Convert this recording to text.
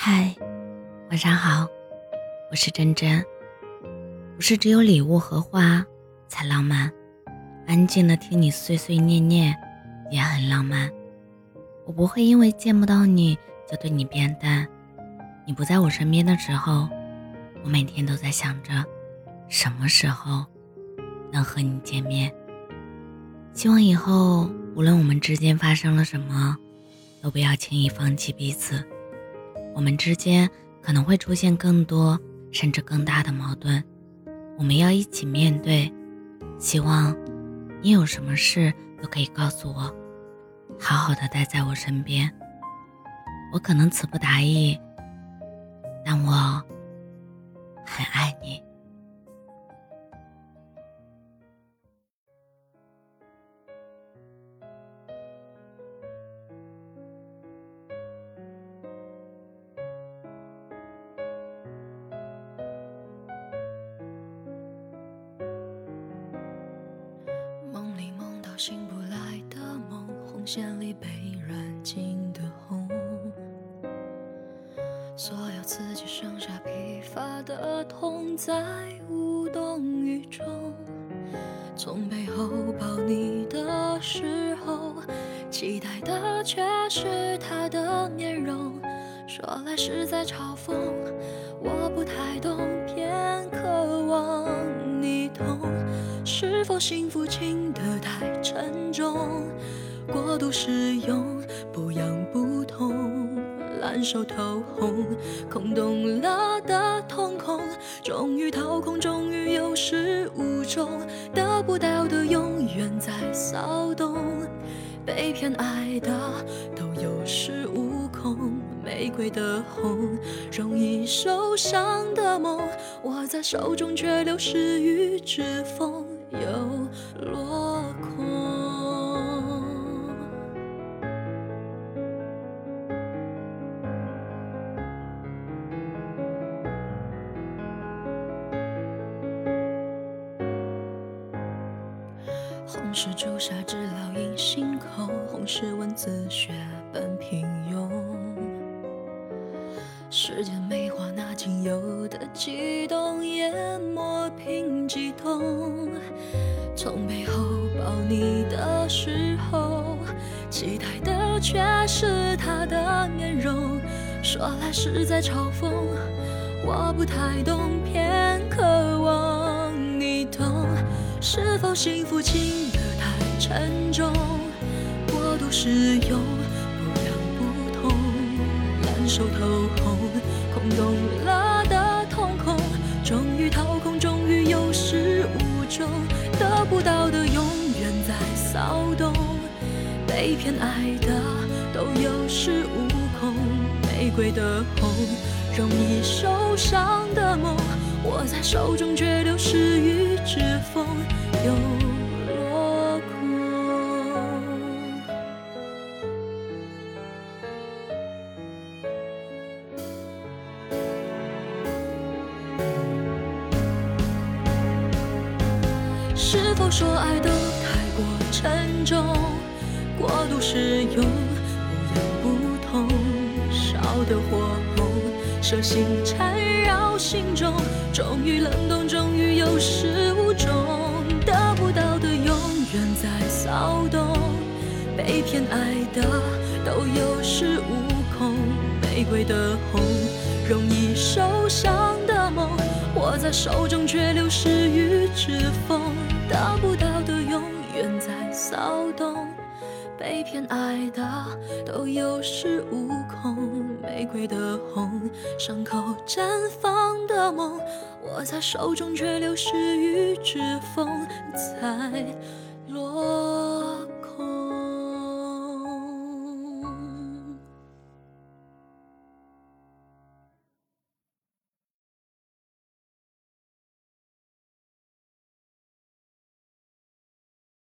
嗨，晚上好，我是真真。不是只有礼物和花才浪漫，安静的听你碎碎念念也很浪漫。我不会因为见不到你就对你变淡，你不在我身边的时候，我每天都在想着什么时候能和你见面。希望以后无论我们之间发生了什么，都不要轻易放弃彼此。我们之间可能会出现更多甚至更大的矛盾，我们要一起面对。希望你有什么事都可以告诉我，好好的待在我身边。我可能词不达意，但我很爱你。 梦里梦到醒不来的梦，红线里被染尽的红，所有刺激剩下疲乏的痛，在无动于衷。从背后抱你的时候，期待的却是他的面容，说来是在嘲讽，我不太懂，偏渴望你懂。是否幸福轻得太沉重，过度使用不痒不痛，烂熟透红，空洞了的瞳孔，终于掏空，终于有始无终，得不到的永远在骚动，被骗爱的都有恃无恐，玫瑰的红，容易受伤的梦，握在手中却流失于指缝，又落空。红是朱砂痣烙印心口，红是文字血本平庸，时间美化那仅有的悸动，淹没平激动。从背后抱你的时候，期待的却是他的面容，说来是在嘲讽，我不太懂，偏渴望你懂。是否幸福轻得太沉重，过度使用不痒不痛，烂熟透红，空洞了的瞳孔，终于掏空，终于有始无终，得不到的永远在骚动，被骗爱的都有恃无恐，玫瑰的红，容易受伤的梦，握在手中却流失于指缝，又落空。是否说爱都太过沉重，过度使用不痒不痛，烧得火红，蛇心缠绕心中，终于冷冻，终于有始无终，得不到的永远在骚动，被骗爱的都有恃无恐，玫瑰的红，容易受伤的梦，握在手中却流失于指缝，得不到的永远在骚动，被骗爱的都有恃无恐，玫瑰的红，伤口绽放的梦，握在手中却流失于指缝，才落